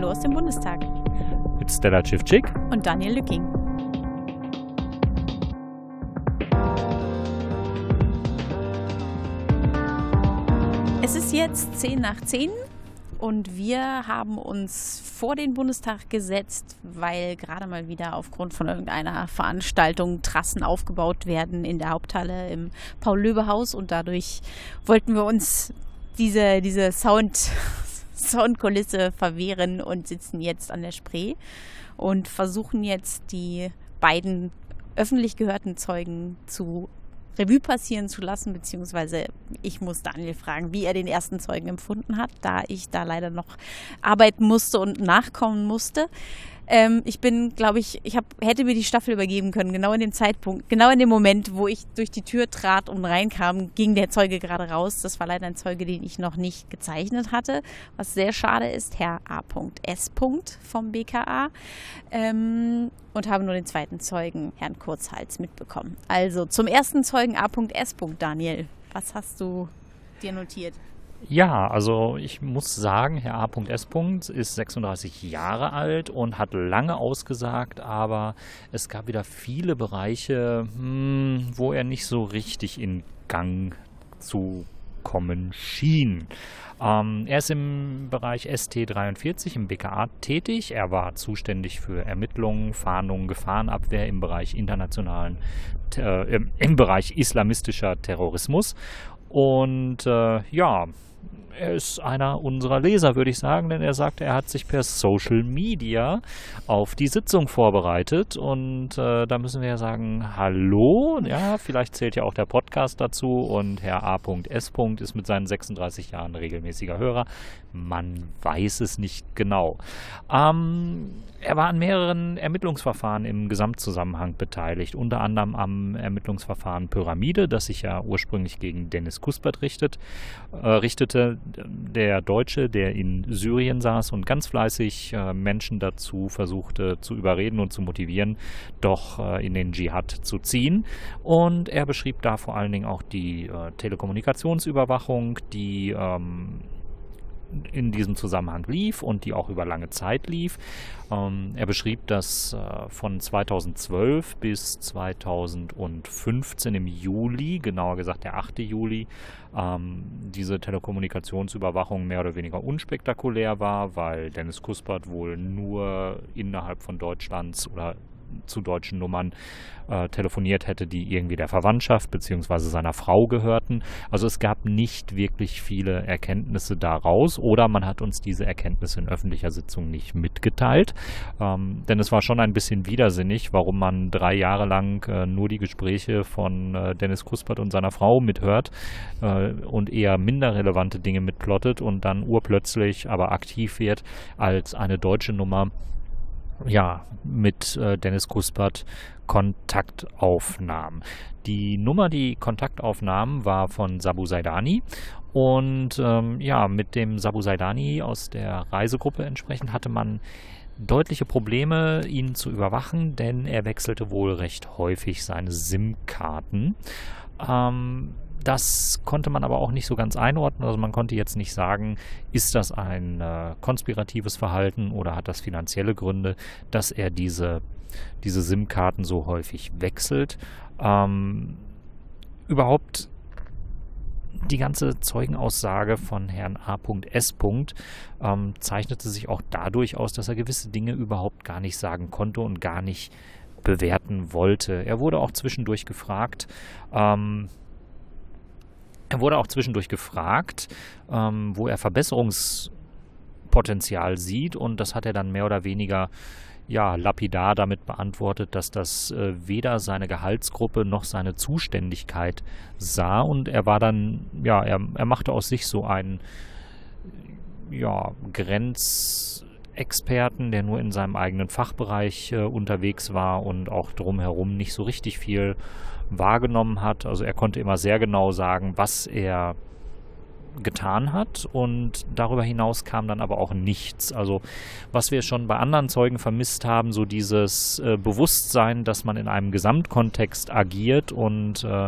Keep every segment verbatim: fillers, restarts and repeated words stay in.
Hallo aus dem Bundestag. Mit Stella Civcik und Daniel Lücking. Es ist jetzt zehn nach zehn und wir haben uns vor den Bundestag gesetzt, weil gerade mal wieder aufgrund von irgendeiner Veranstaltung Trassen aufgebaut werden in der Haupthalle im Paul-Löbe-Haus und dadurch wollten wir uns diese, diese Sound, Soundkulisse verwehren und sitzen jetzt an der Spree und versuchen jetzt die beiden öffentlich gehörten Zeugen zu Revue passieren zu lassen, beziehungsweise ich muss Daniel fragen, wie er den ersten Zeugen empfunden hat, da ich da leider noch arbeiten musste und nachkommen musste. Ähm, ich bin, glaube ich, ich hab, hätte mir die Staffel übergeben können, genau in dem Zeitpunkt, genau in dem Moment, wo ich durch die Tür trat und reinkam, ging der Zeuge gerade raus. Das war leider ein Zeuge, den ich noch nicht gezeichnet hatte, was sehr schade ist, Herr A S. vom B K A. Ähm, und habe nur den zweiten Zeugen, Herrn Kurzhals, mitbekommen. Also zum ersten Zeugen A S. Daniel, was hast du dir notiert? Ja, also ich muss sagen, Herr A S. ist sechsunddreißig Jahre alt und hat lange ausgesagt, aber es gab wieder viele Bereiche, hm, wo er nicht so richtig in Gang zu kommen schien. Ähm, er ist im Bereich S T dreiundvierzig im B K A tätig. Er war zuständig für Ermittlungen, Fahndungen, Gefahrenabwehr im Bereich internationalen, äh, im Bereich islamistischer Terrorismus. Und äh, ja, er ist einer unserer Leser, würde ich sagen, denn er sagte, er hat sich per Social Media auf die Sitzung vorbereitet und äh, da müssen wir ja sagen, hallo, ja, vielleicht zählt ja auch der Podcast dazu und Herr A S. ist mit seinen sechsunddreißig Jahren regelmäßiger Hörer. Man weiß es nicht genau. Ähm, er war an mehreren Ermittlungsverfahren im Gesamtzusammenhang beteiligt, unter anderem am Ermittlungsverfahren Pyramide, das sich ja ursprünglich gegen Dennis Kuspert richtet, äh, richtete. Der Deutsche, der in Syrien saß und ganz fleißig äh, Menschen dazu versuchte zu überreden und zu motivieren, doch äh, in den Dschihad zu ziehen. Und er beschrieb da vor allen Dingen auch die äh, Telekommunikationsüberwachung, die ähm, in diesem Zusammenhang lief und die auch über lange Zeit lief. Ähm, er beschrieb, dass äh, von zweitausendzwölf bis zweitausendfünfzehn im Juli, genauer gesagt der achte Juli, ähm, diese Telekommunikationsüberwachung mehr oder weniger unspektakulär war, weil Dennis Kuspert wohl nur innerhalb von Deutschlands oder zu deutschen Nummern äh, telefoniert hätte, die irgendwie der Verwandtschaft bzw. seiner Frau gehörten. Also es gab nicht wirklich viele Erkenntnisse daraus oder man hat uns diese Erkenntnisse in öffentlicher Sitzung nicht mitgeteilt. Ähm, denn es war schon ein bisschen widersinnig, warum man drei Jahre lang äh, nur die Gespräche von äh, Dennis Kuspert und seiner Frau mithört äh, und eher minder relevante Dinge mitplottet und dann urplötzlich aber aktiv wird als eine deutsche Nummer, ja, mit äh, Dennis Kuspert Kontakt aufnahm. Die Nummer, die Kontakt aufnahm, war von Sabu Saidani und ähm, ja, mit dem Sabu Saidani aus der Reisegruppe entsprechend hatte man deutliche Probleme, ihn zu überwachen, denn er wechselte wohl recht häufig seine SIM-Karten. Ähm, Das konnte man aber auch nicht so ganz einordnen. Also man konnte jetzt nicht sagen, ist das ein äh, konspiratives Verhalten oder hat das finanzielle Gründe, dass er diese, diese SIM-Karten so häufig wechselt. Ähm, überhaupt die ganze Zeugenaussage von Herrn A S. Ähm, zeichnete sich auch dadurch aus, dass er gewisse Dinge überhaupt gar nicht sagen konnte und gar nicht bewerten wollte. Er wurde auch zwischendurch gefragt, ähm, Er wurde auch zwischendurch gefragt, ähm, wo er Verbesserungspotenzial sieht und das hat er dann mehr oder weniger ja, lapidar damit beantwortet, dass das äh, weder seine Gehaltsgruppe noch seine Zuständigkeit sah und er war dann, ja, er, er machte aus sich so einen ja, Grenzexperten, der nur in seinem eigenen Fachbereich äh, unterwegs war und auch drumherum nicht so richtig viel wahrgenommen hat. Also er konnte immer sehr genau sagen, was er getan hat und darüber hinaus kam dann aber auch nichts. Also was wir schon bei anderen Zeugen vermisst haben, so dieses äh, Bewusstsein, dass man in einem Gesamtkontext agiert und äh,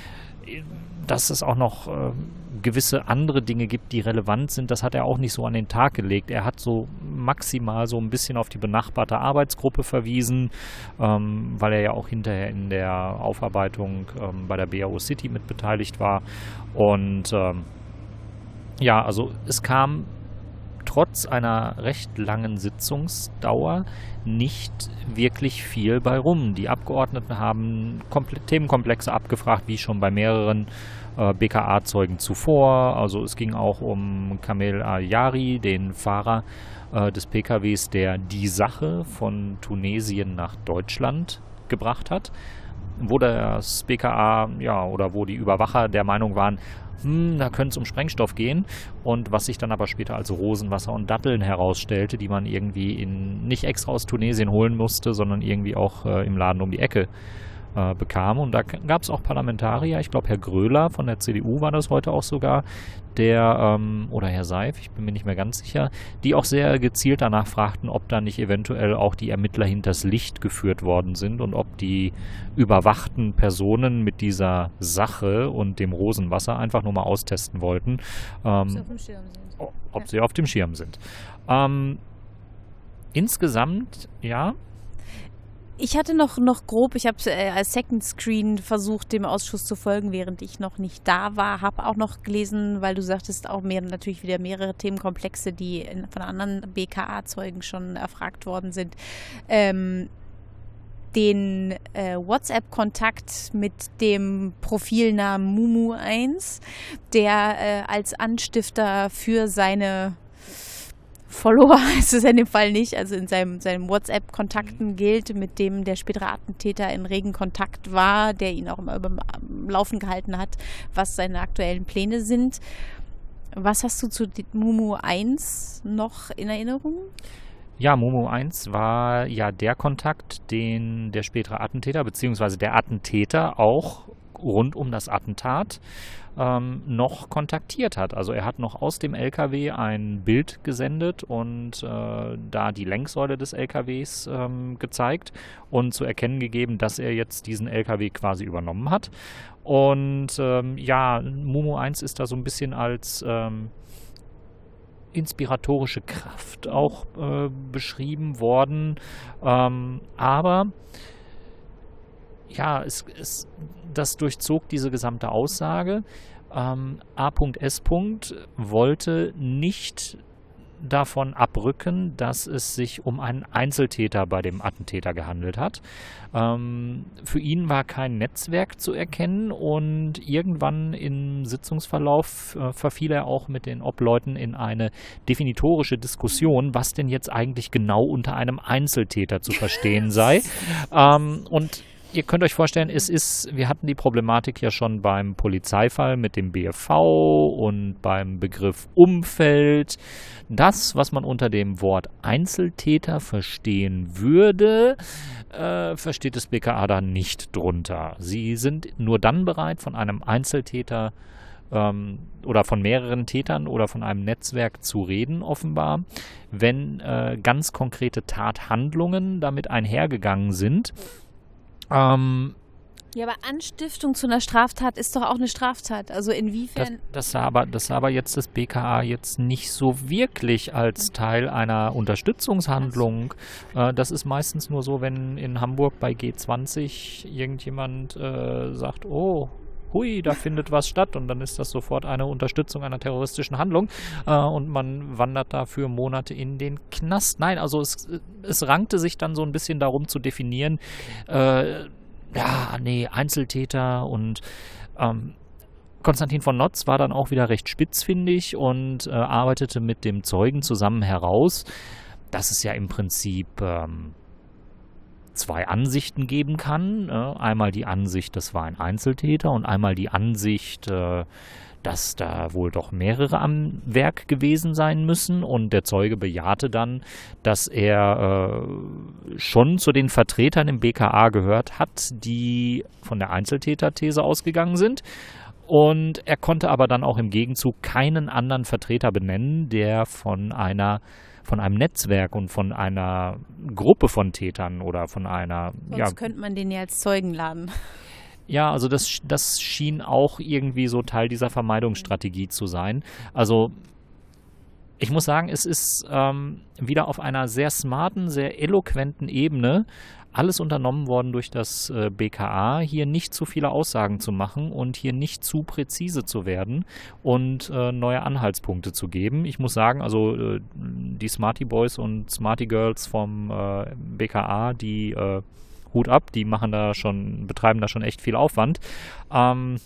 dass es auch noch äh, gewisse andere Dinge gibt, die relevant sind, das hat er auch nicht so an den Tag gelegt. Er hat so maximal so ein bisschen auf die benachbarte Arbeitsgruppe verwiesen, ähm, weil er ja auch hinterher in der Aufarbeitung ähm, bei der B A O City mit beteiligt war. Und ähm, ja, also es kam trotz einer recht langen Sitzungsdauer nicht wirklich viel bei rum. Die Abgeordneten haben komplett Themenkomplexe abgefragt, wie schon bei mehreren äh, B K A-Zeugen zuvor. Also es ging auch um Kamel Al-Jari, den Fahrer äh, des P K Ws, der die Sache von Tunesien nach Deutschland gebracht hat, wo das B K A, ja, oder wo die Überwacher der Meinung waren, hm, da könnte es um Sprengstoff gehen, und was sich dann aber später als Rosenwasser und Datteln herausstellte, die man irgendwie in, nicht extra aus Tunesien holen musste, sondern irgendwie auch äh, im Laden um die Ecke äh, bekam. Und da gab es auch Parlamentarier, ich glaube Herr Gröler von der C D U war das heute auch sogar, der, ähm, oder Herr Seif, ich bin mir nicht mehr ganz sicher, die auch sehr gezielt danach fragten, ob da nicht eventuell auch die Ermittler hinters Licht geführt worden sind und ob die überwachten Personen mit dieser Sache und dem Rosenwasser einfach nur mal austesten wollten, ähm, ob sie auf dem Schirm sind. Ob ja. sie auf dem Schirm sind. Ähm, insgesamt, ja. Ich hatte noch, noch grob, ich habe äh, als Second Screen versucht, dem Ausschuss zu folgen, während ich noch nicht da war. Habe auch noch gelesen, weil du sagtest, auch mehr, natürlich wieder mehrere Themenkomplexe, die in, von anderen B K A-Zeugen schon erfragt worden sind. Ähm, den äh, WhatsApp-Kontakt mit dem Profilnamen Mumu eins, der äh, als Anstifter für seine Follower ist es in dem Fall nicht, also in seinem, seinem WhatsApp-Kontakten gilt, mit dem der spätere Attentäter in regen Kontakt war, der ihn auch immer über Laufen gehalten hat, was seine aktuellen Pläne sind. Was hast du zu Mumu eins noch in Erinnerung? Ja, Mumu eins war ja der Kontakt, den der spätere Attentäter, beziehungsweise der Attentäter auch rund um das Attentat ähm, noch kontaktiert hat. Also er hat noch aus dem L K W ein Bild gesendet und äh, da die Lenksäule des L K Ws ähm, gezeigt und zu erkennen gegeben, dass er jetzt diesen L K W quasi übernommen hat. Und ähm, ja, Mumu eins ist da so ein bisschen als ähm, inspiratorische Kraft auch äh, beschrieben worden. Ähm, aber ja, es, es, das durchzog diese gesamte Aussage. Ähm, A.S. wollte nicht davon abrücken, dass es sich um einen Einzeltäter bei dem Attentäter gehandelt hat. Ähm, für ihn war kein Netzwerk zu erkennen und irgendwann im Sitzungsverlauf äh, verfiel er auch mit den Obleuten in eine definitorische Diskussion, was denn jetzt eigentlich genau unter einem Einzeltäter zu verstehen sei. ähm, und Ihr könnt euch vorstellen, es ist, wir hatten die Problematik ja schon beim Polizeifall mit dem B F V und beim Begriff Umfeld. Das, was man unter dem Wort Einzeltäter verstehen würde, äh, versteht das B K A da nicht drunter. Sie sind nur dann bereit, von einem Einzeltäter ähm, oder von mehreren Tätern oder von einem Netzwerk zu reden, offenbar, wenn äh, ganz konkrete Tathandlungen damit einhergegangen sind. Ähm, ja, aber Anstiftung zu einer Straftat ist doch auch eine Straftat. Also inwiefern... Das, das, sah aber, das sah aber jetzt das B K A jetzt nicht so wirklich als Teil einer Unterstützungshandlung. Äh, das ist meistens nur so, wenn in Hamburg bei G zwanzig irgendjemand äh, sagt, oh, hui, da findet was statt, und dann ist das sofort eine Unterstützung einer terroristischen Handlung äh, und man wandert dafür Monate in den Knast. Nein, also es, es rankte sich dann so ein bisschen darum zu definieren, äh, ja, nee, Einzeltäter, und ähm, Konstantin von Notz war dann auch wieder recht spitzfindig und äh, arbeitete mit dem Zeugen zusammen heraus, dass es ja im Prinzip ähm, zwei Ansichten geben kann. Äh, einmal die Ansicht, das war ein Einzeltäter, und einmal die Ansicht, äh, dass da wohl doch mehrere am Werk gewesen sein müssen. Und der Zeuge bejahte dann, dass er äh, schon zu den Vertretern im B K A gehört hat, die von der Einzeltäter-These ausgegangen sind. Und er konnte aber dann auch im Gegenzug keinen anderen Vertreter benennen, der von einer von einem Netzwerk und von einer Gruppe von Tätern oder von einer... Sonst ja, könnte man den ja als Zeugen laden. Ja, also das, das schien auch irgendwie so Teil dieser Vermeidungsstrategie zu sein. Also ich muss sagen, es ist ähm, wieder auf einer sehr smarten, sehr eloquenten Ebene alles unternommen worden durch das äh, B K A, hier nicht zu viele Aussagen zu machen und hier nicht zu präzise zu werden und äh, neue Anhaltspunkte zu geben. Ich muss sagen, also äh, die Smarty Boys und Smarty Girls vom äh, B K A, die äh, Hut ab, die machen da schon, betreiben da schon echt viel Aufwand. Ähm,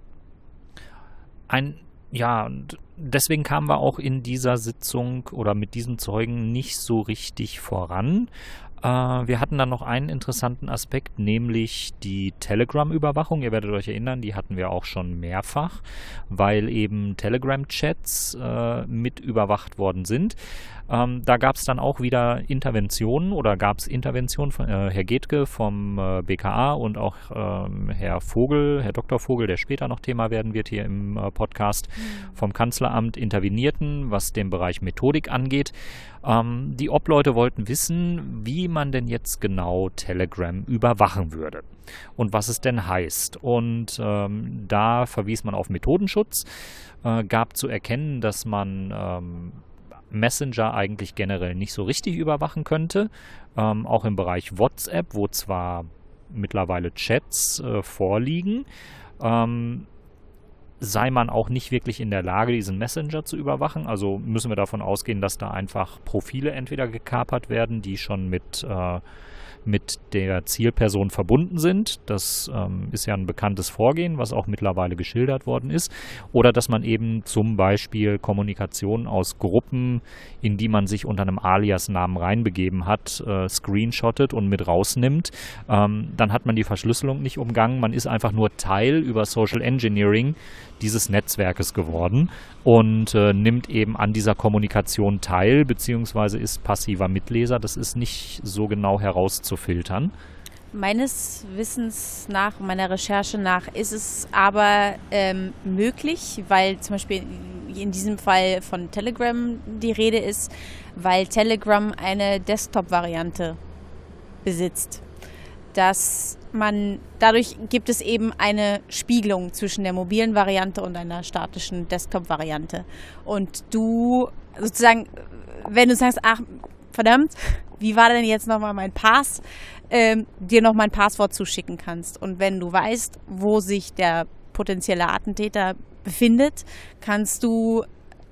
ein Ja, und deswegen kamen wir auch in dieser Sitzung oder mit diesem Zeugen nicht so richtig voran. Äh, wir hatten dann noch einen interessanten Aspekt, nämlich die Telegram-Überwachung. Ihr werdet euch erinnern, die hatten wir auch schon mehrfach, weil eben Telegram-Chats äh, mit überwacht worden sind. Ähm, da gab es dann auch wieder Interventionen oder gab es Interventionen von äh, Herr Gethke vom äh, B K A und auch ähm, Herr Vogel, Herr Doktor Vogel, der später noch Thema werden wird hier im äh, Podcast, mhm. vom Kanzleramt intervenierten, was den Bereich Methodik angeht. Ähm, die Obleute wollten wissen, wie man denn jetzt genau Telegram überwachen würde und was es denn heißt. Und ähm, da verwies man auf Methodenschutz, äh, gab zu erkennen, dass man ähm, Messenger eigentlich generell nicht so richtig überwachen könnte. Ähm, auch im Bereich WhatsApp, wo zwar mittlerweile Chats äh, vorliegen, ähm, sei man auch nicht wirklich in der Lage, diesen Messenger zu überwachen. Also müssen wir davon ausgehen, dass da einfach Profile entweder gekapert werden, die schon mit äh, mit der Zielperson verbunden sind. Das ähm, ist ja ein bekanntes Vorgehen, was auch mittlerweile geschildert worden ist. Oder dass man eben zum Beispiel Kommunikation aus Gruppen, in die man sich unter einem Alias-Namen reinbegeben hat, äh, screenshottet und mit rausnimmt. Ähm, dann hat man die Verschlüsselung nicht umgangen. Man ist einfach nur Teil über Social Engineering dieses Netzwerkes geworden und äh, nimmt eben an dieser Kommunikation teil, beziehungsweise ist passiver Mitleser. Das ist nicht so genau herauszufiltern. Meines Wissens nach, meiner Recherche nach, ist es aber ähm, möglich, weil zum Beispiel in diesem Fall von Telegram die Rede ist, weil Telegram eine Desktop-Variante besitzt. Dass man, dadurch gibt es eben eine Spiegelung zwischen der mobilen Variante und einer statischen Desktop-Variante. Und du sozusagen, wenn du sagst, ach verdammt, wie war denn jetzt nochmal mein Pass, ähm, dir nochmal ein Passwort zuschicken kannst. Und wenn du weißt, wo sich der potenzielle Attentäter befindet, kannst du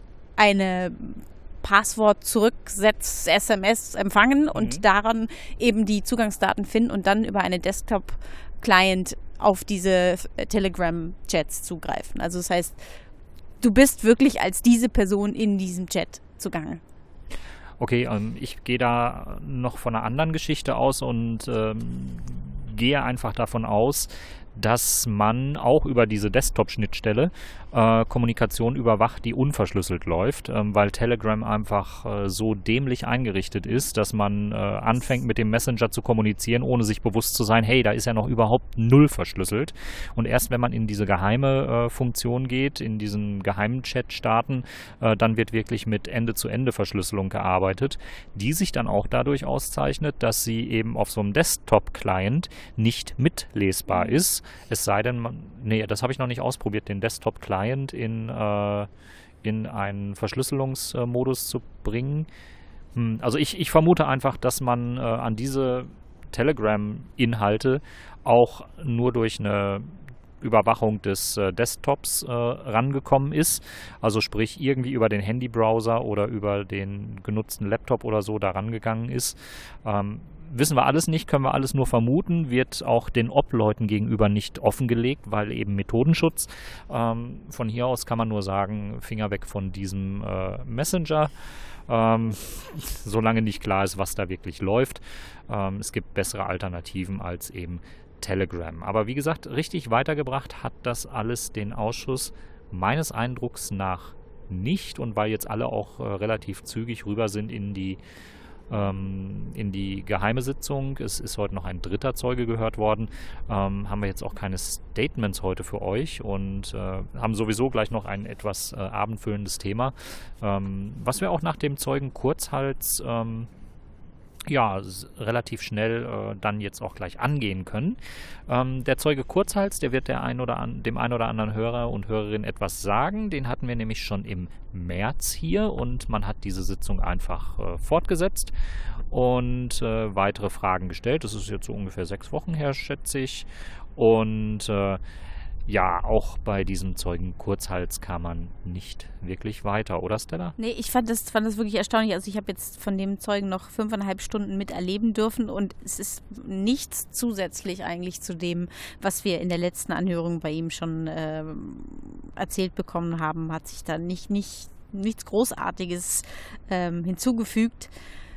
eine Passwort zurücksetz S M S empfangen und mhm. daran eben die Zugangsdaten finden und dann über eine Desktop-Client auf diese Telegram-Chats zugreifen. Also das heißt, du bist wirklich als diese Person in diesem Chat zugange. Okay, ähm, ich gehe da noch von einer anderen Geschichte aus und ähm, gehe einfach davon aus, dass man auch über diese Desktop-Schnittstelle äh, Kommunikation überwacht, die unverschlüsselt läuft, ähm, weil Telegram einfach äh, so dämlich eingerichtet ist, dass man äh, anfängt mit dem Messenger zu kommunizieren, ohne sich bewusst zu sein, hey, da ist ja noch überhaupt null verschlüsselt. Und erst wenn man in diese geheime äh, Funktion geht, in diesen geheimen Chat starten, äh, dann wird wirklich mit Ende-zu-Ende-Verschlüsselung gearbeitet, die sich dann auch dadurch auszeichnet, dass sie eben auf so einem Desktop-Client nicht mitlesbar ist. Es sei denn, man, nee, das habe ich noch nicht ausprobiert, den Desktop-Client in, äh, in einen Verschlüsselungsmodus zu bringen. Hm, also ich, ich vermute einfach, dass man äh, an diese Telegram-Inhalte auch nur durch eine Überwachung des äh, Desktops äh, rangekommen ist. Also sprich irgendwie über den Handybrowser oder über den genutzten Laptop oder so da rangegangen ist. Ähm, Wissen wir alles nicht, können wir alles nur vermuten, wird auch den Obleuten gegenüber nicht offengelegt, weil eben Methodenschutz. Ähm, von hier aus kann man nur sagen, Finger weg von diesem äh, Messenger, ähm, solange nicht klar ist, was da wirklich läuft. Ähm, es gibt bessere Alternativen als eben Telegram. Aber wie gesagt, richtig weitergebracht hat das alles den Ausschuss meines Eindrucks nach nicht. Und weil jetzt alle auch äh, relativ zügig rüber sind in die in die geheime Sitzung. Es ist heute noch ein dritter Zeuge gehört worden. Ähm, haben wir jetzt auch keine Statements heute für euch und äh, haben sowieso gleich noch ein etwas äh, abendfüllendes Thema, ähm, was wir auch nach dem Zeugen Kurzhals ähm, ja, s- relativ schnell äh, dann jetzt auch gleich angehen können. Ähm, der Zeuge Kurzhals, der wird der ein oder an, dem ein oder anderen Hörer und Hörerin etwas sagen. Den hatten wir nämlich schon im März hier und man hat diese Sitzung einfach äh, fortgesetzt und äh, weitere Fragen gestellt. Das ist jetzt so ungefähr sechs Wochen her, schätze ich. Und äh, ja, auch bei diesem Zeugen Kurzhals kam man nicht wirklich weiter, oder Stella? Nee, ich fand das, fand das wirklich erstaunlich. Also ich habe jetzt von dem Zeugen noch fünfeinhalb Stunden miterleben dürfen und es ist nichts zusätzlich eigentlich zu dem, was wir in der letzten Anhörung bei ihm schon äh, erzählt bekommen haben, hat sich da nicht, nicht, nichts Großartiges ähm, hinzugefügt.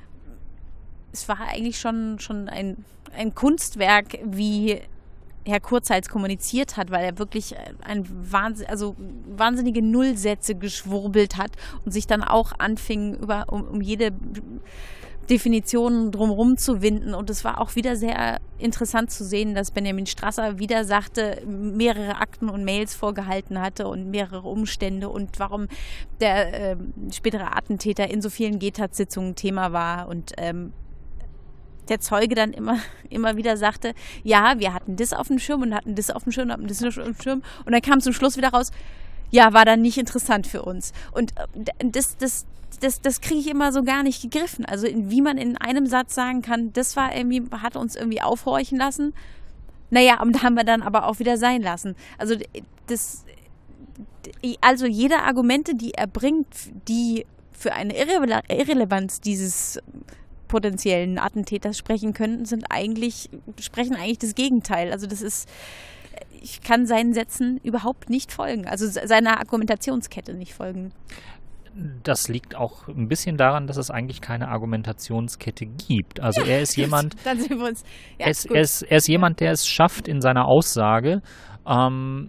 Es war eigentlich schon, schon ein, ein Kunstwerk, wie Herr Kurzhals kommuniziert hat, weil er wirklich ein Wahnsinn, also wahnsinnige Nullsätze geschwurbelt hat und sich dann auch anfing, über, um, um jede Definition drumherum zu winden. Und es war auch wieder sehr interessant zu sehen, dass Benjamin Strasser wieder sagte, mehrere Akten und Mails vorgehalten hatte und mehrere Umstände und warum der äh, spätere Attentäter in so vielen G T A Z-Sitzungen Thema war und ähm, der Zeuge dann immer, immer wieder sagte, ja, wir hatten das auf dem Schirm und hatten das auf dem Schirm und hatten das auf dem Schirm. Und dann kam zum Schluss wieder raus, ja, war dann nicht interessant für uns. Und das, das, das, das kriege ich immer so gar nicht gegriffen. Also wie man in einem Satz sagen kann, das war irgendwie, hat uns irgendwie aufhorchen lassen. Naja, und haben wir dann aber auch wieder sein lassen. Also das, also jede Argumente, die er bringt, die für eine Irre- Irrelevanz dieses potenziellen Attentäters sprechen könnten, sind eigentlich, sprechen eigentlich das Gegenteil. Also das ist, ich kann seinen Sätzen überhaupt nicht folgen, also seiner Argumentationskette nicht folgen. Das liegt auch ein bisschen daran, dass es eigentlich keine Argumentationskette gibt. Also er ist jemand, Dann sind wir uns, ja, er, ist, gut. er, ist, er ist jemand, der es schafft, in seiner Aussage ähm,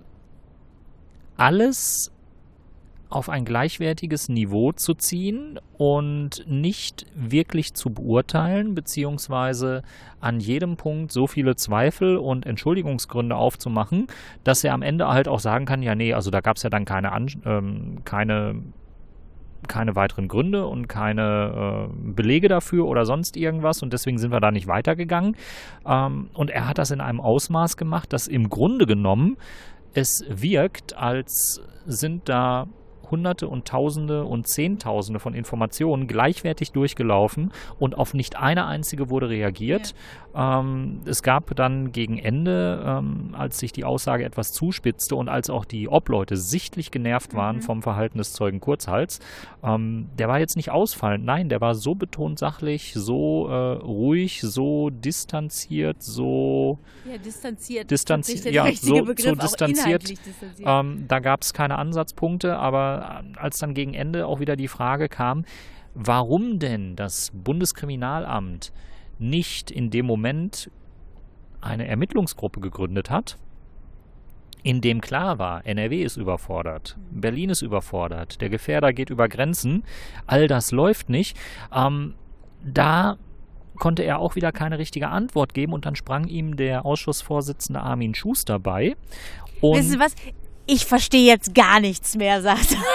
alles auf ein gleichwertiges Niveau zu ziehen und nicht wirklich zu beurteilen, beziehungsweise an jedem Punkt so viele Zweifel und Entschuldigungsgründe aufzumachen, dass er am Ende halt auch sagen kann, ja nee, also da gab es ja dann keine, An ähm, keine, keine weiteren Gründe und keine äh, Belege dafür oder sonst irgendwas und deswegen sind wir da nicht weitergegangen. Ähm, und er hat das in einem Ausmaß gemacht, dass im Grunde genommen es wirkt, als sind da Hunderte und Tausende und Zehntausende von Informationen gleichwertig durchgelaufen und auf nicht eine einzige wurde reagiert. Ja. Ähm, es gab dann gegen Ende, ähm, als sich die Aussage etwas zuspitzte und als auch die Obleute sichtlich genervt waren mhm. vom Verhalten des Zeugen Kurzhals, ähm, der war jetzt nicht ausfallend, nein, der war so betont sachlich, so äh, ruhig, so distanziert, so ja, distanziert, distanziert, ja, so, Begriff, so distanziert. distanziert. Ähm, da gab es keine Ansatzpunkte, aber als dann gegen Ende auch wieder die Frage kam, warum denn das Bundeskriminalamt nicht in dem Moment eine Ermittlungsgruppe gegründet hat, in dem klar war, N R W ist überfordert, Berlin ist überfordert, der Gefährder geht über Grenzen, all das läuft nicht, ähm, da konnte er auch wieder keine richtige Antwort geben und dann sprang ihm der Ausschussvorsitzende Armin Schuster bei. Und wissen Sie was? Ich verstehe jetzt gar nichts mehr, sagt er.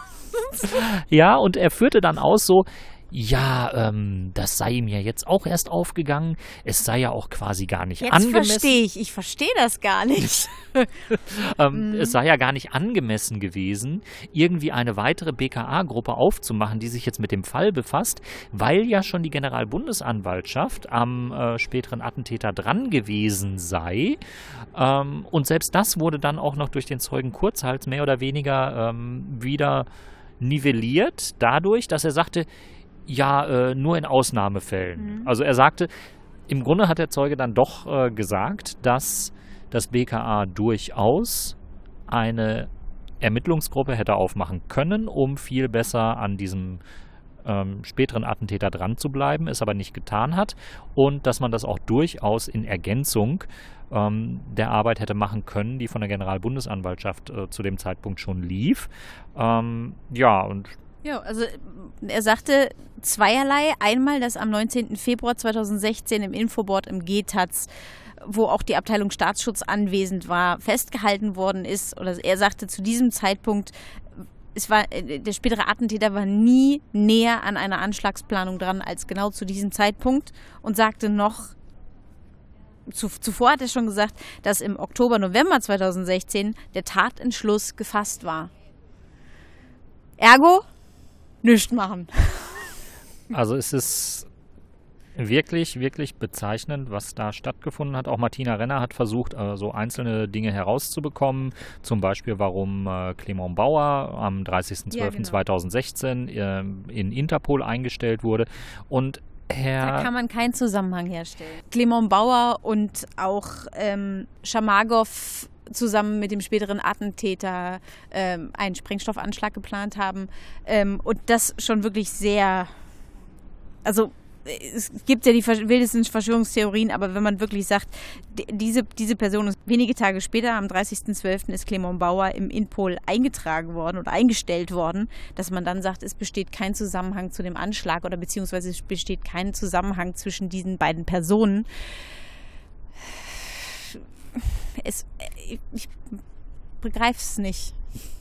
Ja, und er führte dann aus so, ja, ähm, das sei ihm ja jetzt auch erst aufgegangen. Es sei ja auch quasi gar nicht jetzt angemessen. Jetzt verstehe ich. Ich verstehe das gar nicht. ähm, mm. Es sei ja gar nicht angemessen gewesen, irgendwie eine weitere B K A-Gruppe aufzumachen, die sich jetzt mit dem Fall befasst, weil ja schon die Generalbundesanwaltschaft am äh, späteren Attentäter dran gewesen sei. Ähm, und selbst das wurde dann auch noch durch den Zeugen Kurzhals mehr oder weniger ähm, wieder nivelliert, dadurch, dass er sagte, ja, äh, nur in Ausnahmefällen. Mhm. Also er sagte, im Grunde hat der Zeuge dann doch äh, gesagt, dass das B K A durchaus eine Ermittlungsgruppe hätte aufmachen können, um viel besser an diesem ähm, späteren Attentäter dran zu bleiben, es aber nicht getan hat und dass man das auch durchaus in Ergänzung ähm, der Arbeit hätte machen können, die von der Generalbundesanwaltschaft äh, zu dem Zeitpunkt schon lief. Ähm, ja, und Ja, also er sagte zweierlei. Einmal, dass am neunzehnten Februar zweitausendsechzehn im Infoboard im G T A Z, wo auch die Abteilung Staatsschutz anwesend war, festgehalten worden ist. Oder er sagte, zu diesem Zeitpunkt es war, der spätere Attentäter war nie näher an einer Anschlagsplanung dran als genau zu diesem Zeitpunkt und sagte noch, zu, zuvor hat er schon gesagt, dass im Oktober, November zweitausendsechzehn der Tatentschluss gefasst war. Ergo, nichts machen. Also es ist wirklich, wirklich bezeichnend, was da stattgefunden hat. Auch Martina Renner hat versucht, äh, so einzelne Dinge herauszubekommen. Zum Beispiel, warum äh, Clement Bauer am dreißigsten zwölften zweitausendsechzehn äh, in Interpol eingestellt wurde. Und Herr da kann man keinen Zusammenhang herstellen. Clement Bauer und auch ähm, Schamagow zusammen mit dem späteren Attentäter ähm, einen Sprengstoffanschlag geplant haben. Ähm, und das schon wirklich sehr, also es gibt ja die wildesten Verschwörungstheorien, aber wenn man wirklich sagt, diese, diese Person ist wenige Tage später, am dreißigsten zwölften ist Clement Bauer im Interpol eingetragen worden oder eingestellt worden, dass man dann sagt, es besteht kein Zusammenhang zu dem Anschlag oder beziehungsweise es besteht kein Zusammenhang zwischen diesen beiden Personen. Es, ich begreife es nicht.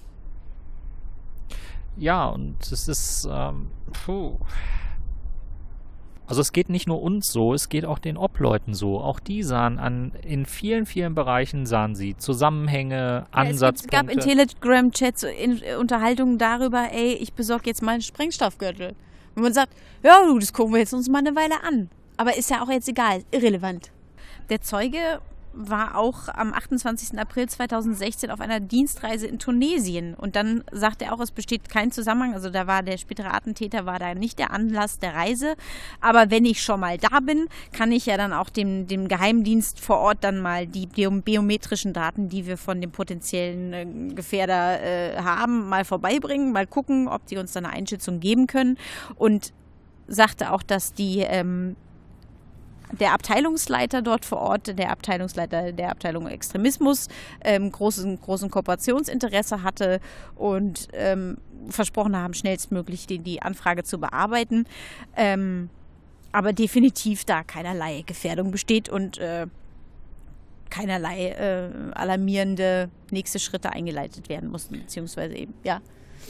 Ja, und es ist, ähm, puh. Also es geht nicht nur uns so, es geht auch den Obleuten so. Auch die sahen an, in vielen, vielen Bereichen sahen sie Zusammenhänge, ja, Ansatzpunkte. Es gab in Telegram-Chats Unterhaltungen darüber, ey, ich besorge jetzt mal einen Sprengstoffgürtel. Und man sagt, ja du, das gucken wir jetzt uns mal eine Weile an. Aber ist ja auch jetzt egal, irrelevant. Der Zeuge war auch am achtundzwanzigsten April zweitausendsechzehn auf einer Dienstreise in Tunesien. Und dann sagt er auch, es besteht kein Zusammenhang. Also da war der spätere Attentäter, war da nicht der Anlass der Reise. Aber wenn ich schon mal da bin, kann ich ja dann auch dem, dem Geheimdienst vor Ort dann mal die biometrischen Daten, die wir von dem potenziellen äh, Gefährder äh, haben, mal vorbeibringen, mal gucken, ob die uns dann eine Einschätzung geben können. Und sagte auch, dass die ähm, der Abteilungsleiter dort vor Ort, der Abteilungsleiter der Abteilung Extremismus, ähm, großen, großen Kooperationsinteresse hatte und ähm, versprochen haben, schnellstmöglich die, die Anfrage zu bearbeiten. Ähm, aber definitiv da keinerlei Gefährdung besteht und äh, keinerlei äh, alarmierende nächste Schritte eingeleitet werden mussten, beziehungsweise eben, ja.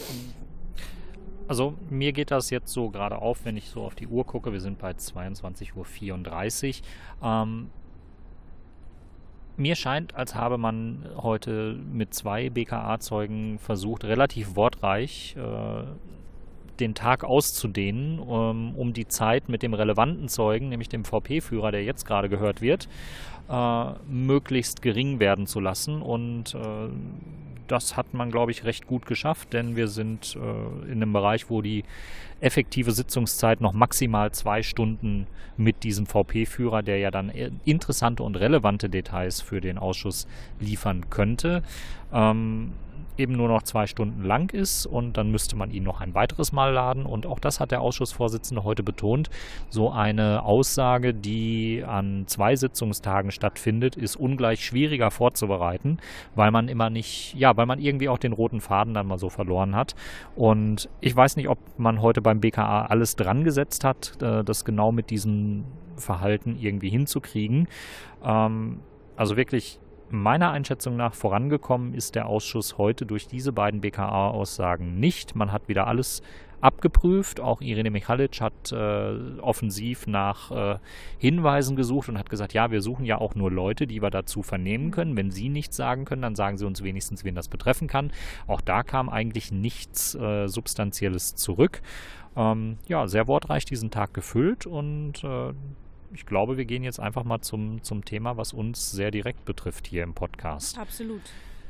Also mir geht das jetzt so gerade auf, wenn ich so auf die Uhr gucke. Wir sind bei zweiundzwanzig Uhr vierunddreißig. Ähm, mir scheint, als habe man heute mit zwei B K A-Zeugen versucht, relativ wortreich äh, den Tag auszudehnen, um, um die Zeit mit dem relevanten Zeugen, nämlich dem V P-Führer, der jetzt gerade gehört wird, äh, möglichst gering werden zu lassen. Und äh, das hat man, glaube ich, recht gut geschafft, denn wir sind äh, in einem Bereich, wo die effektive Sitzungszeit noch maximal zwei Stunden mit diesem V P-Führer, der ja dann interessante und relevante Details für den Ausschuss liefern könnte, ähm, eben nur noch zwei Stunden lang ist und dann müsste man ihn noch ein weiteres Mal laden und auch das hat der Ausschussvorsitzende heute betont. So eine Aussage, die an zwei Sitzungstagen stattfindet, ist ungleich schwieriger vorzubereiten, weil man immer nicht, ja, weil man irgendwie auch den roten Faden dann mal so verloren hat und ich weiß nicht, ob man heute beim B K A alles dran gesetzt hat, das genau mit diesem Verhalten irgendwie hinzukriegen. Ähm, also wirklich meiner Einschätzung nach vorangekommen ist der Ausschuss heute durch diese beiden B K A-Aussagen nicht. Man hat wieder alles abgeprüft. Auch Irene Michalic hat äh, offensiv nach äh, Hinweisen gesucht und hat gesagt, ja, wir suchen ja auch nur Leute, die wir dazu vernehmen können. Wenn Sie nichts sagen können, dann sagen Sie uns wenigstens, wen das betreffen kann. Auch da kam eigentlich nichts äh, Substanzielles zurück. Ähm, ja, sehr wortreich diesen Tag gefüllt und äh, ich glaube, wir gehen jetzt einfach mal zum, zum Thema, was uns sehr direkt betrifft hier im Podcast. Absolut.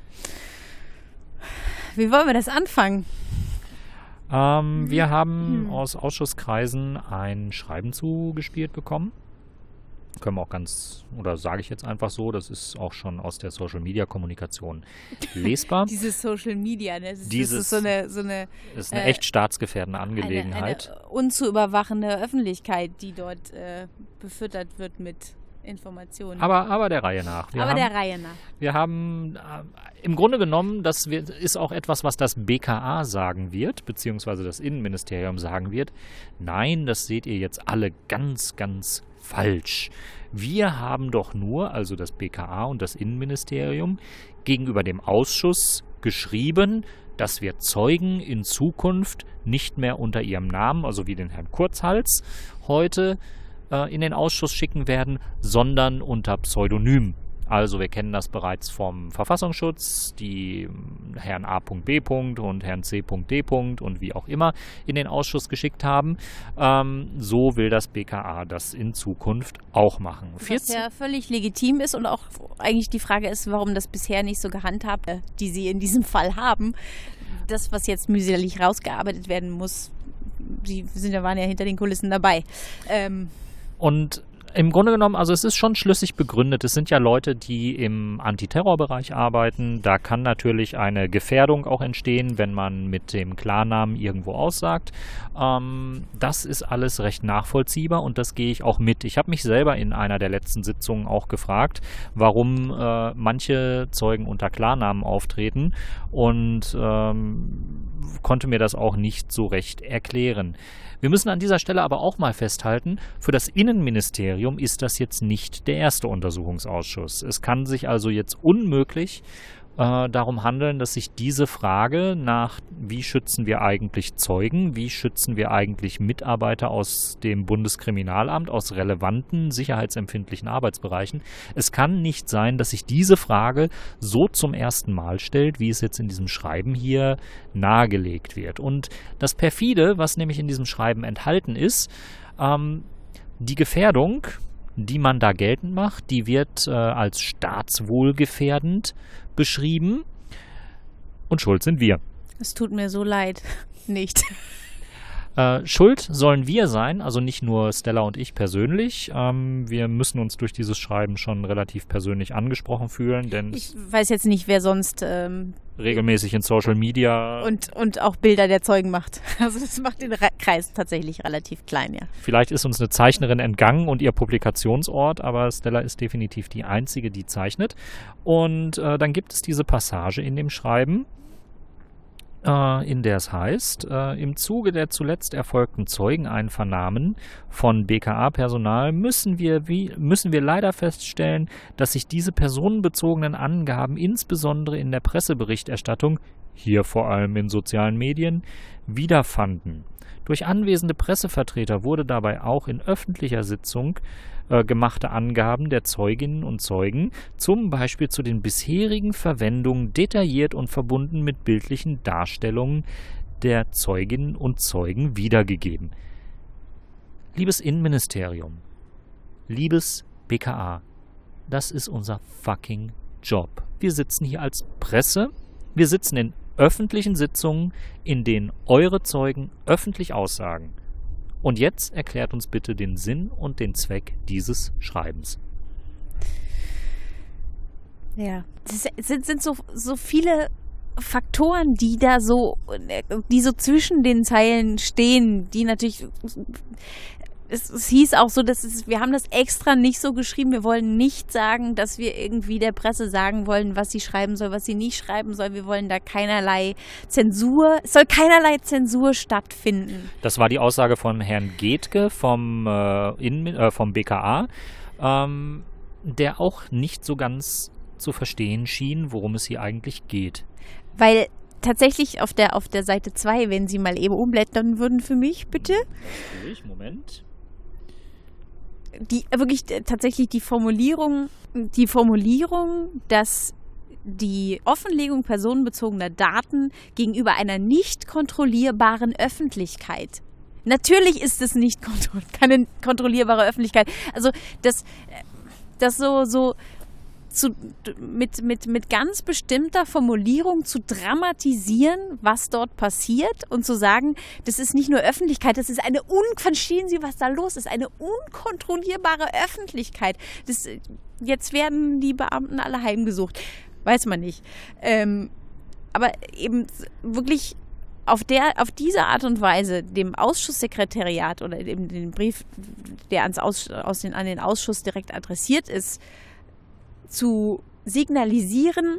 Wie wollen wir das anfangen? Ähm, mhm. Wir haben mhm. aus Ausschusskreisen ein Schreiben zugespielt bekommen. Können wir auch ganz, oder sage ich jetzt einfach so, das ist auch schon aus der Social-Media-Kommunikation lesbar. Dieses Social Media, ne? das, ist, Dieses, das ist so eine, so eine, ist eine äh, echt staatsgefährdende Angelegenheit. Eine, eine unzuüberwachende Öffentlichkeit, die dort äh, befüttert wird mit Informationen. Aber, aber der Reihe nach. Wir aber haben, der Reihe nach. Wir haben äh, im Grunde genommen, das wird, ist auch etwas, was das B K A sagen wird, beziehungsweise das Innenministerium sagen wird. Nein, das seht ihr jetzt alle ganz, ganz falsch. Wir haben doch nur, also das B K A und das Innenministerium, gegenüber dem Ausschuss geschrieben, dass wir Zeugen in Zukunft nicht mehr unter ihrem Namen, also wie den Herrn Kurzhals, heute äh, in den Ausschuss schicken werden, sondern unter Pseudonym. Also wir kennen das bereits vom Verfassungsschutz, die Herrn A B und Herrn C D und wie auch immer in den Ausschuss geschickt haben. Ähm, so will das B K A das in Zukunft auch machen. Was ja völlig legitim ist und auch eigentlich die Frage ist, warum das bisher nicht so gehandhabt, äh, die sie in diesem Fall haben. Das, was jetzt mühselig rausgearbeitet werden muss, die sind ja, waren ja hinter den Kulissen dabei. Ähm, und im Grunde genommen, also es ist schon schlüssig begründet. Es sind ja Leute, die im Antiterrorbereich arbeiten. Da kann natürlich eine Gefährdung auch entstehen, wenn man mit dem Klarnamen irgendwo aussagt. Ähm, das ist alles recht nachvollziehbar und das gehe ich auch mit. Ich habe mich selber in einer der letzten Sitzungen auch gefragt, warum äh, manche Zeugen unter Klarnamen auftreten und ähm, konnte mir das auch nicht so recht erklären. Wir müssen an dieser Stelle aber auch mal festhalten, für das Innenministerium ist das jetzt nicht der erste Untersuchungsausschuss. Es kann sich also jetzt unmöglich äh, darum handeln, dass sich diese Frage nach, wie schützen wir eigentlich Zeugen, wie schützen wir eigentlich Mitarbeiter aus dem Bundeskriminalamt, aus relevanten, sicherheitsempfindlichen Arbeitsbereichen, es kann nicht sein, dass sich diese Frage so zum ersten Mal stellt, wie es jetzt in diesem Schreiben hier nahegelegt wird. Und das Perfide, was nämlich in diesem Schreiben enthalten ist, ähm, die Gefährdung, die man da geltend macht, die wird äh, als staatswohlgefährdend beschrieben und schuld sind wir. Es tut mir so leid, nicht. Äh, schuld sollen wir sein, also nicht nur Stella und ich persönlich. Ähm, wir müssen uns durch dieses Schreiben schon relativ persönlich angesprochen fühlen, denn ich weiß jetzt nicht, wer sonst ähm, regelmäßig in Social Media und, und auch Bilder der Zeugen macht. Also das macht den Re- Kreis tatsächlich relativ klein, ja. Vielleicht ist uns eine Zeichnerin entgangen und ihr Publikationsort, aber Stella ist definitiv die Einzige, die zeichnet. Und äh, dann gibt es diese Passage in dem Schreiben, in der es heißt, äh, im Zuge der zuletzt erfolgten Zeugeneinvernahmen von B K A-Personal müssen wir, wie, müssen wir leider feststellen, dass sich diese personenbezogenen Angaben insbesondere in der Presseberichterstattung, hier vor allem in sozialen Medien, wiederfanden. Durch anwesende Pressevertreter wurde dabei auch in öffentlicher Sitzung äh, gemachte Angaben der Zeuginnen und Zeugen, zum Beispiel zu den bisherigen Verwendungen, detailliert und verbunden mit bildlichen Darstellungen der Zeuginnen und Zeugen wiedergegeben. Liebes Innenministerium, liebes B K A, das ist unser fucking Job. Wir sitzen hier als Presse, wir sitzen in öffentlichen Sitzungen, in denen eure Zeugen öffentlich aussagen. Und jetzt erklärt uns bitte den Sinn und den Zweck dieses Schreibens. Ja, es sind, sind so, so viele Faktoren, die da so, die so zwischen den Zeilen stehen, die natürlich, es, es hieß auch so, dass es, wir haben das extra nicht so geschrieben, wir wollen nicht sagen, dass wir irgendwie der Presse sagen wollen, was sie schreiben soll, was sie nicht schreiben soll, wir wollen da keinerlei Zensur, es soll keinerlei Zensur stattfinden. Das war die Aussage von Herrn Gethke vom, äh, in, äh, vom B K A, ähm, der auch nicht so ganz zu verstehen schien, worum es hier eigentlich geht. Weil tatsächlich auf der, auf der Seite zwei, wenn Sie mal eben umblättern würden für mich, bitte. Natürlich, Moment. Die, wirklich tatsächlich die Formulierung, die Formulierung, dass die Offenlegung personenbezogener Daten gegenüber einer nicht kontrollierbaren Öffentlichkeit. Natürlich ist es nicht kontro- keine kontrollierbare Öffentlichkeit. Also das, das so, so zu, mit, mit, mit ganz bestimmter Formulierung zu dramatisieren, was dort passiert und zu sagen, das ist nicht nur Öffentlichkeit, das ist eine, un- verstehen Sie, was da los ist, eine unkontrollierbare Öffentlichkeit. Das, jetzt werden die Beamten alle heimgesucht. Weiß man nicht. Ähm, aber eben wirklich auf der, auf diese Art und Weise dem Ausschusssekretariat oder dem, dem Brief, der ans Aus, aus den, an den Ausschuss direkt adressiert ist, zu signalisieren,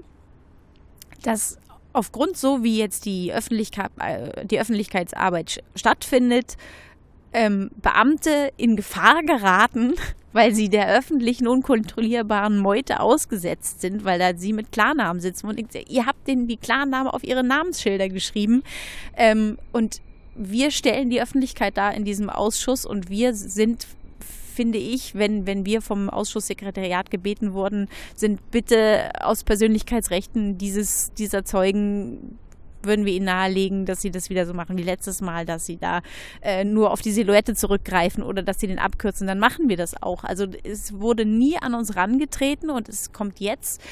dass aufgrund so, wie jetzt die Öffentlichkeit, die Öffentlichkeitsarbeit stattfindet, ähm, Beamte in Gefahr geraten, weil sie der öffentlichen unkontrollierbaren Meute ausgesetzt sind, weil da sie mit Klarnamen sitzen. Und ihr habt denen die Klarnamen auf ihre Namensschilder geschrieben. Ähm, und wir stellen die Öffentlichkeit da in diesem Ausschuss und wir sind, finde ich, wenn, wenn wir vom Ausschusssekretariat gebeten wurden, sind bitte aus Persönlichkeitsrechten dieses, dieser Zeugen, würden wir ihnen nahelegen, dass sie das wieder so machen wie letztes Mal, dass sie da äh, nur auf die Silhouette zurückgreifen oder dass sie den abkürzen, dann machen wir das auch. Also es wurde nie an uns rangetreten und es kommt jetzt,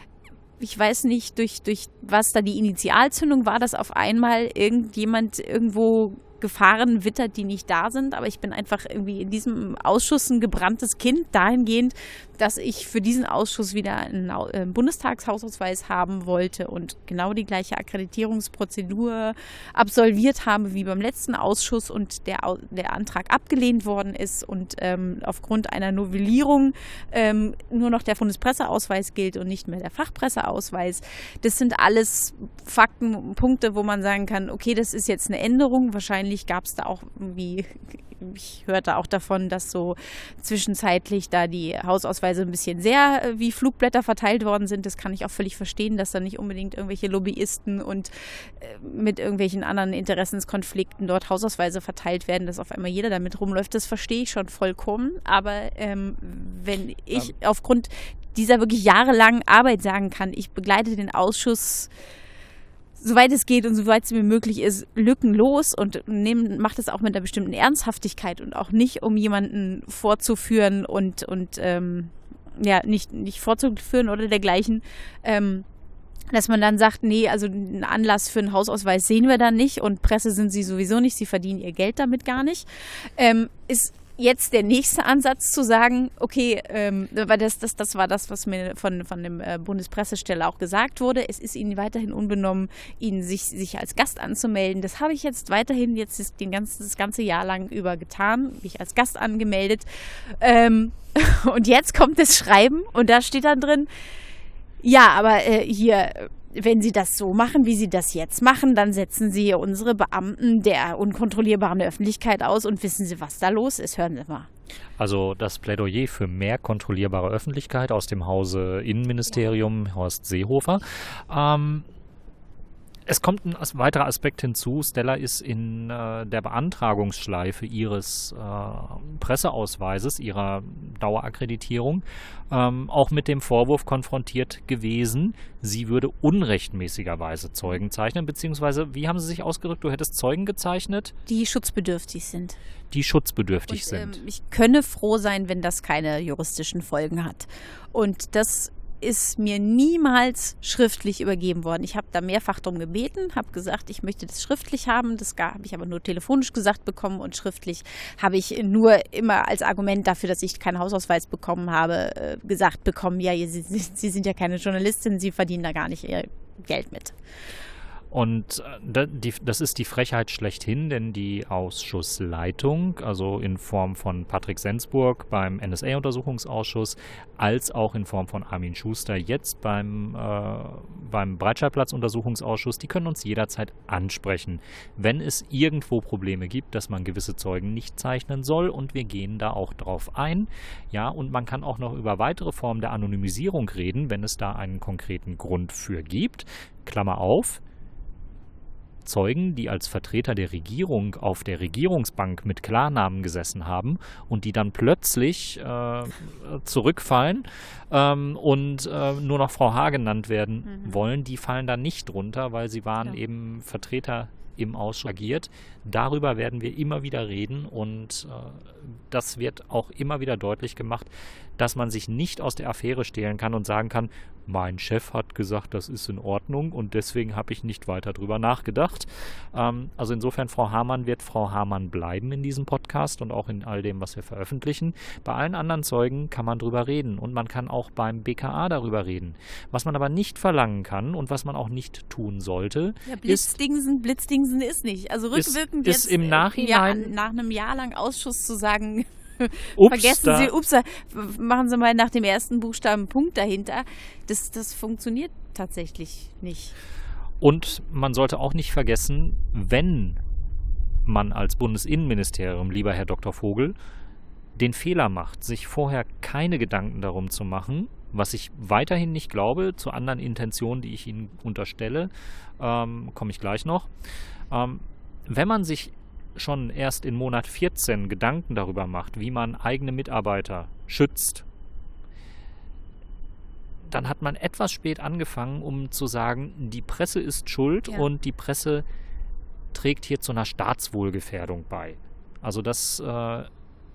ich weiß nicht, durch, durch was da die Initialzündung war, dass auf einmal irgendjemand irgendwo Gefahren wittert, die nicht da sind, aber ich bin einfach irgendwie in diesem Ausschuss ein gebranntes Kind dahingehend, dass ich für diesen Ausschuss wieder einen Bundestagshausausweis haben wollte und genau die gleiche Akkreditierungsprozedur absolviert habe wie beim letzten Ausschuss und der, der Antrag abgelehnt worden ist und ähm, aufgrund einer Novellierung ähm, nur noch der Bundespresseausweis gilt und nicht mehr der Fachpresseausweis. Das sind alles Fakten, Punkte, wo man sagen kann, okay, das ist jetzt eine Änderung, wahrscheinlich gab es da auch irgendwie, ich hörte auch davon, dass so zwischenzeitlich da die Hausausweise ein bisschen sehr äh, wie Flugblätter verteilt worden sind. Das kann ich auch völlig verstehen, dass da nicht unbedingt irgendwelche Lobbyisten und äh, mit irgendwelchen anderen Interessenskonflikten dort Hausausweise verteilt werden, dass auf einmal jeder damit rumläuft. Das verstehe ich schon vollkommen. Aber ähm, wenn ich ja. aufgrund dieser wirklich jahrelangen Arbeit sagen kann, ich begleite den Ausschuss soweit es geht und soweit es mir möglich ist, lückenlos und nehmen, macht es auch mit einer bestimmten Ernsthaftigkeit und auch nicht, um jemanden vorzuführen und, und ähm, ja, nicht, nicht vorzuführen oder dergleichen, ähm, dass man dann sagt, nee, also einen Anlass für einen Hausausweis sehen wir da nicht und Presse sind sie sowieso nicht, sie verdienen ihr Geld damit gar nicht, ähm, ist jetzt der nächste Ansatz zu sagen, okay, ähm, weil das, das, das war das, was mir von, von dem äh, Bundespressestelle auch gesagt wurde. Es ist ihnen weiterhin unbenommen, ihnen sich, sich als Gast anzumelden. Das habe ich jetzt weiterhin jetzt das, den ganzen, das ganze Jahr lang über getan, mich als Gast angemeldet. Ähm, und jetzt kommt das Schreiben und da steht dann drin, ja, aber äh, hier, wenn Sie das so machen, wie Sie das jetzt machen, dann setzen Sie unsere Beamten der unkontrollierbaren Öffentlichkeit aus und wissen Sie, was da los ist? Hören Sie mal. Also das Plädoyer für mehr kontrollierbare Öffentlichkeit aus dem Hause Innenministerium, ja. Horst Seehofer. Ähm, Es kommt ein weiterer Aspekt hinzu. Stella ist in äh, der Beantragungsschleife ihres äh, Presseausweises, ihrer Dauerakkreditierung, ähm, auch mit dem Vorwurf konfrontiert gewesen, sie würde unrechtmäßigerweise Zeugen zeichnen, beziehungsweise, wie haben Sie sich ausgedrückt, du hättest Zeugen gezeichnet? Die schutzbedürftig sind. Die schutzbedürftig Und, sind. Ähm, ich könne froh sein, wenn das keine juristischen Folgen hat. Und das ist mir niemals schriftlich übergeben worden. Ich habe da mehrfach darum gebeten, habe gesagt, ich möchte das schriftlich haben. Das habe ich aber nur telefonisch gesagt bekommen und schriftlich habe ich nur immer als Argument dafür, dass ich keinen Hausausweis bekommen habe, gesagt bekommen, ja, Sie, Sie sind ja keine Journalistin, Sie verdienen da gar nicht Ihr Geld mit. Und das ist die Frechheit schlechthin, denn die Ausschussleitung, also in Form von Patrick Sensburg beim N S A-Untersuchungsausschuss, als auch in Form von Armin Schuster jetzt beim, äh, beim Breitscheidplatz-Untersuchungsausschuss, die können uns jederzeit ansprechen, wenn es irgendwo Probleme gibt, dass man gewisse Zeugen nicht zeichnen soll, und wir gehen da auch drauf ein. Ja, und man kann auch noch über weitere Formen der Anonymisierung reden, wenn es da einen konkreten Grund für gibt. Klammer auf. Zeugen, die als Vertreter der Regierung auf der Regierungsbank mit Klarnamen gesessen haben und die dann plötzlich äh, zurückfallen ähm, und äh, nur noch Frau H. genannt werden mhm. wollen, die fallen dann nicht drunter, weil sie waren ja. eben Vertreter im Ausschuss agiert. Darüber werden wir immer wieder reden und äh, das wird auch immer wieder deutlich gemacht, dass man sich nicht aus der Affäre stehlen kann und sagen kann, mein Chef hat gesagt, das ist in Ordnung und deswegen habe ich nicht weiter drüber nachgedacht. Ähm, also insofern, Frau Hamann wird Frau Hamann bleiben in diesem Podcast und auch in all dem, was wir veröffentlichen. Bei allen anderen Zeugen kann man drüber reden und man kann auch beim B K A darüber reden. Was man aber nicht verlangen kann und was man auch nicht tun sollte, ja, Blitzdingsen, ist, Blitzdingsen ist nicht. Also rückwirkend ist, ist jetzt im Nachhinein ja, nach einem Jahr lang Ausschuss zu sagen, ups, vergessen Sie, ups, machen Sie mal nach dem ersten Buchstaben einen Punkt dahinter. Das, das funktioniert tatsächlich nicht. Und man sollte auch nicht vergessen, wenn man als Bundesinnenministerium, lieber Herr Doktor Vogel, den Fehler macht, sich vorher keine Gedanken darum zu machen, was ich weiterhin nicht glaube, zu anderen Intentionen, die ich Ihnen unterstelle, ähm, komme ich gleich noch. Ähm, wenn man sich schon erst in Monat vierzehn Gedanken darüber macht, wie man eigene Mitarbeiter schützt, dann hat man etwas spät angefangen, um zu sagen, die Presse ist schuld ja. und die Presse trägt hier zu einer Staatswohlgefährdung bei. Also das äh,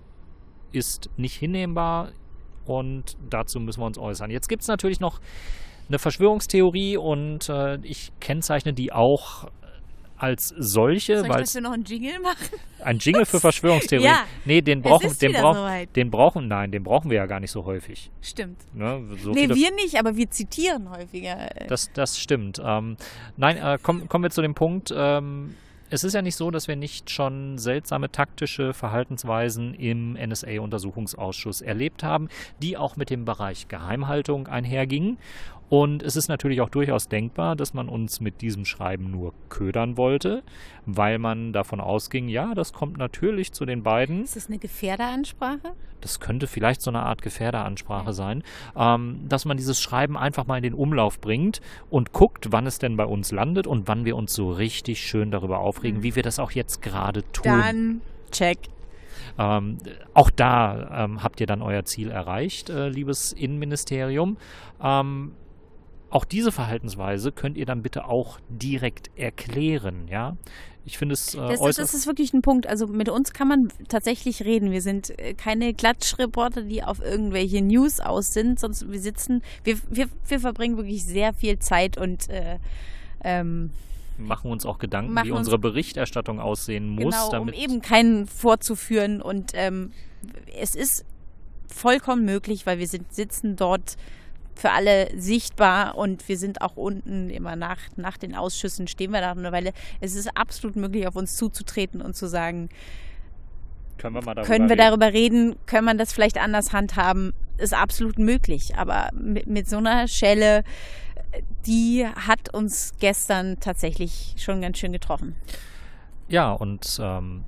ist nicht hinnehmbar und dazu müssen wir uns äußern. Jetzt gibt es natürlich noch eine Verschwörungstheorie und äh, ich kennzeichne die auch als solche. Soll ich dafür noch einen Jingle machen? Ein Jingle für Verschwörungstheorien? Ja, nee, den brauchen, es ist den, wieder brauch, soweit. den brauchen, nein, den brauchen wir ja gar nicht so häufig. Stimmt. Ne, so nee, wir nicht, aber wir zitieren häufiger. Das, das stimmt. Ähm, nein, äh, komm, kommen wir zu dem Punkt, ähm, es ist ja nicht so, dass wir nicht schon seltsame taktische Verhaltensweisen im N S A-Untersuchungsausschuss erlebt haben, die auch mit dem Bereich Geheimhaltung einhergingen. Und es ist natürlich auch durchaus denkbar, dass man uns mit diesem Schreiben nur ködern wollte, weil man davon ausging, ja, das kommt natürlich zu den beiden. Ist das eine Gefährderansprache? Das könnte vielleicht so eine Art Gefährderansprache ja. sein, ähm, dass man dieses Schreiben einfach mal in den Umlauf bringt und guckt, wann es denn bei uns landet und wann wir uns so richtig schön darüber aufregen, mhm. wie wir das auch jetzt gerade tun. Dann check. Ähm, auch da ähm, habt ihr dann euer Ziel erreicht, äh, liebes Innenministerium. Ähm, Auch diese Verhaltensweise könnt ihr dann bitte auch direkt erklären, ja. Ich finde es äh, das, ist, das ist wirklich ein Punkt. Also mit uns kann man tatsächlich reden. Wir sind keine Klatschreporter, die auf irgendwelche News aus sind, sonst wir sitzen, wir, wir, wir verbringen wirklich sehr viel Zeit und äh, ähm, machen uns auch Gedanken, wie unsere Berichterstattung aussehen muss. Genau, damit um eben keinen vorzuführen. Und ähm, es ist vollkommen möglich, weil wir sind, sitzen dort für alle sichtbar und wir sind auch unten immer nach, nach den Ausschüssen stehen wir da eine Weile. Es ist absolut möglich, auf uns zuzutreten und zu sagen, können wir, mal darüber können wir reden? darüber reden, können wir das vielleicht anders handhaben, ist absolut möglich. Aber mit, mit so einer Schelle, die hat uns gestern tatsächlich schon ganz schön getroffen. Ja, und ähm,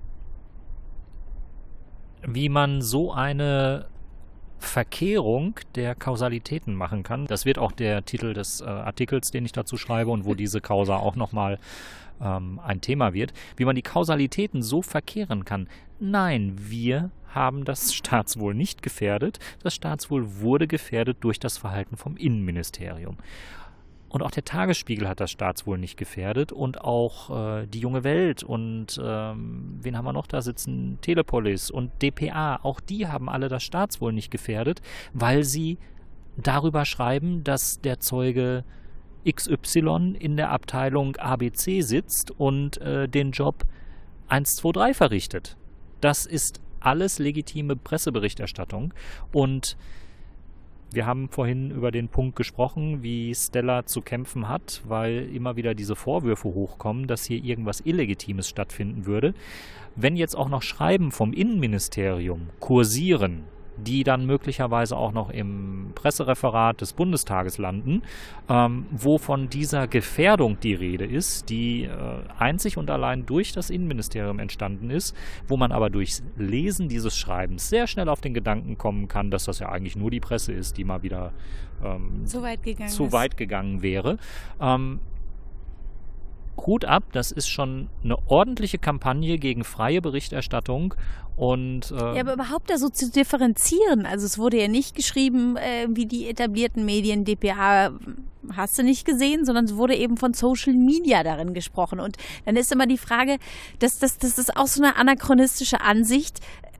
wie man so eine Verkehrung der Kausalitäten machen kann. Das wird auch der Titel des äh, Artikels, den ich dazu schreibe und wo diese Causa auch nochmal ähm, ein Thema wird. Wie man die Kausalitäten so verkehren kann. Nein, wir haben das Staatswohl nicht gefährdet. Das Staatswohl wurde gefährdet durch das Verhalten vom Innenministerium. Und auch der Tagesspiegel hat das Staatswohl nicht gefährdet und auch äh, die Junge Welt und ähm, wen haben wir noch da sitzen? Telepolis und D P A, auch die haben alle das Staatswohl nicht gefährdet, weil sie darüber schreiben, dass der Zeuge X Y in der Abteilung A B C sitzt und äh, den Job eins zwei drei verrichtet. Das ist alles legitime Presseberichterstattung und wir haben vorhin über den Punkt gesprochen, wie Stella zu kämpfen hat, weil immer wieder diese Vorwürfe hochkommen, dass hier irgendwas Illegitimes stattfinden würde. Wenn jetzt auch noch Schreiben vom Innenministerium kursieren, die dann möglicherweise auch noch im Pressereferat des Bundestages landen, ähm, wo von dieser Gefährdung die Rede ist, die äh, einzig und allein durch das Innenministerium entstanden ist, wo man aber durchs Lesen dieses Schreibens sehr schnell auf den Gedanken kommen kann, dass das ja eigentlich nur die Presse ist, die mal wieder ähm, zu weit gegangen, zu ist. weit gegangen wäre. Ähm, Hut ab, das ist schon eine ordentliche Kampagne gegen freie Berichterstattung und äh ja, aber überhaupt da so zu differenzieren. Also es wurde ja nicht geschrieben, äh, wie die etablierten Medien, D P A hast du nicht gesehen, sondern es wurde eben von Social Media darin gesprochen. Und dann ist immer die Frage, dass das, das ist auch so eine anachronistische Ansicht.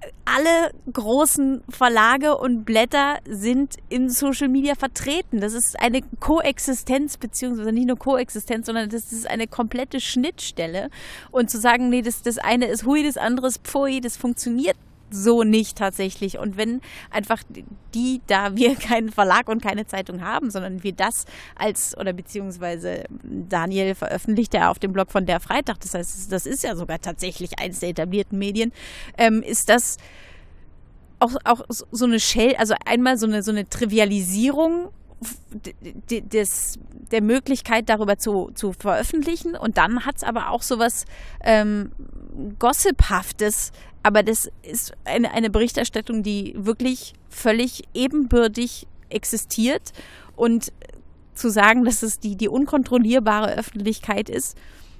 alle großen Verlage und Blätter sind in Social Media vertreten. Das ist eine Koexistenz, beziehungsweise nicht nur Koexistenz, sondern das ist eine komplette Schnittstelle. Und zu sagen, nee, das, das eine ist Hui, das andere ist Pfui, das funktioniert so nicht tatsächlich. Und wenn einfach die, da wir keinen Verlag und keine Zeitung haben, sondern wir das als, oder beziehungsweise Daniel veröffentlicht ja auf dem Blog von Der Freitag, das heißt, das ist ja sogar tatsächlich eines der etablierten Medien, ähm, ist das auch, auch so eine Shell, also einmal so eine, so eine Trivialisierung des, der Möglichkeit, darüber zu, zu veröffentlichen. Und dann hat es aber auch so was ähm, Gossiphaftes. Aber das ist eine, eine Berichterstattung, die wirklich völlig ebenbürtig existiert. Und zu sagen, dass es die, die unkontrollierbare Öffentlichkeit ist,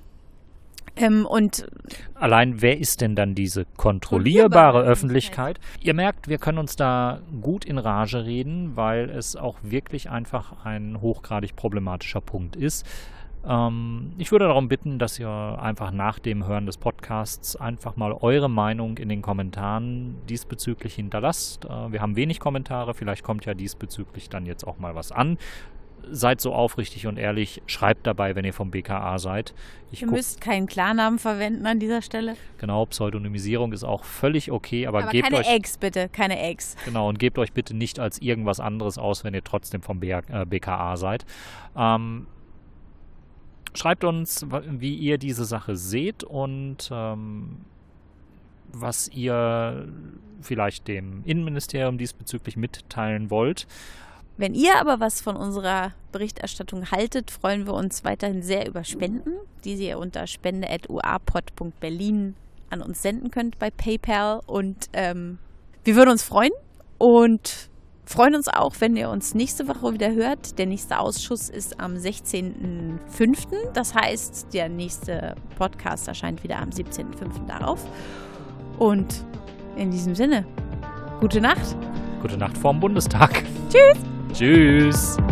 Ähm, und allein, wer ist denn dann diese kontrollierbare Öffentlichkeit? Ihr merkt, wir können uns da gut in Rage reden, weil es auch wirklich einfach ein hochgradig problematischer Punkt ist. Ähm, ich würde darum bitten, dass ihr einfach nach dem Hören des Podcasts einfach mal eure Meinung in den Kommentaren diesbezüglich hinterlasst. Äh, wir haben wenig Kommentare, vielleicht kommt ja diesbezüglich dann jetzt auch mal was an. Seid so aufrichtig und ehrlich, schreibt dabei, wenn ihr vom B K A seid. Ich ihr guck, müsst keinen Klarnamen verwenden an dieser Stelle. Genau, Pseudonymisierung ist auch völlig okay, aber, aber gebt keine euch... Eggs bitte, keine Eggs. Genau, und gebt euch bitte nicht als irgendwas anderes aus, wenn ihr trotzdem vom B K A seid. Ähm, schreibt uns, wie ihr diese Sache seht und ähm, was ihr vielleicht dem Innenministerium diesbezüglich mitteilen wollt. Wenn ihr aber was von unserer Berichterstattung haltet, freuen wir uns weiterhin sehr über Spenden, die ihr unter spende at u a pod punkt berlin an uns senden könnt bei PayPal. Und ähm, wir würden uns freuen und freuen uns auch, wenn ihr uns nächste Woche wieder hört. Der nächste Ausschuss ist am sechzehnten fünften Das heißt, der nächste Podcast erscheint wieder am siebzehnten fünften darauf. Und in diesem Sinne, gute Nacht. Gute Nacht vorm Bundestag. Tschüss. Tschüss.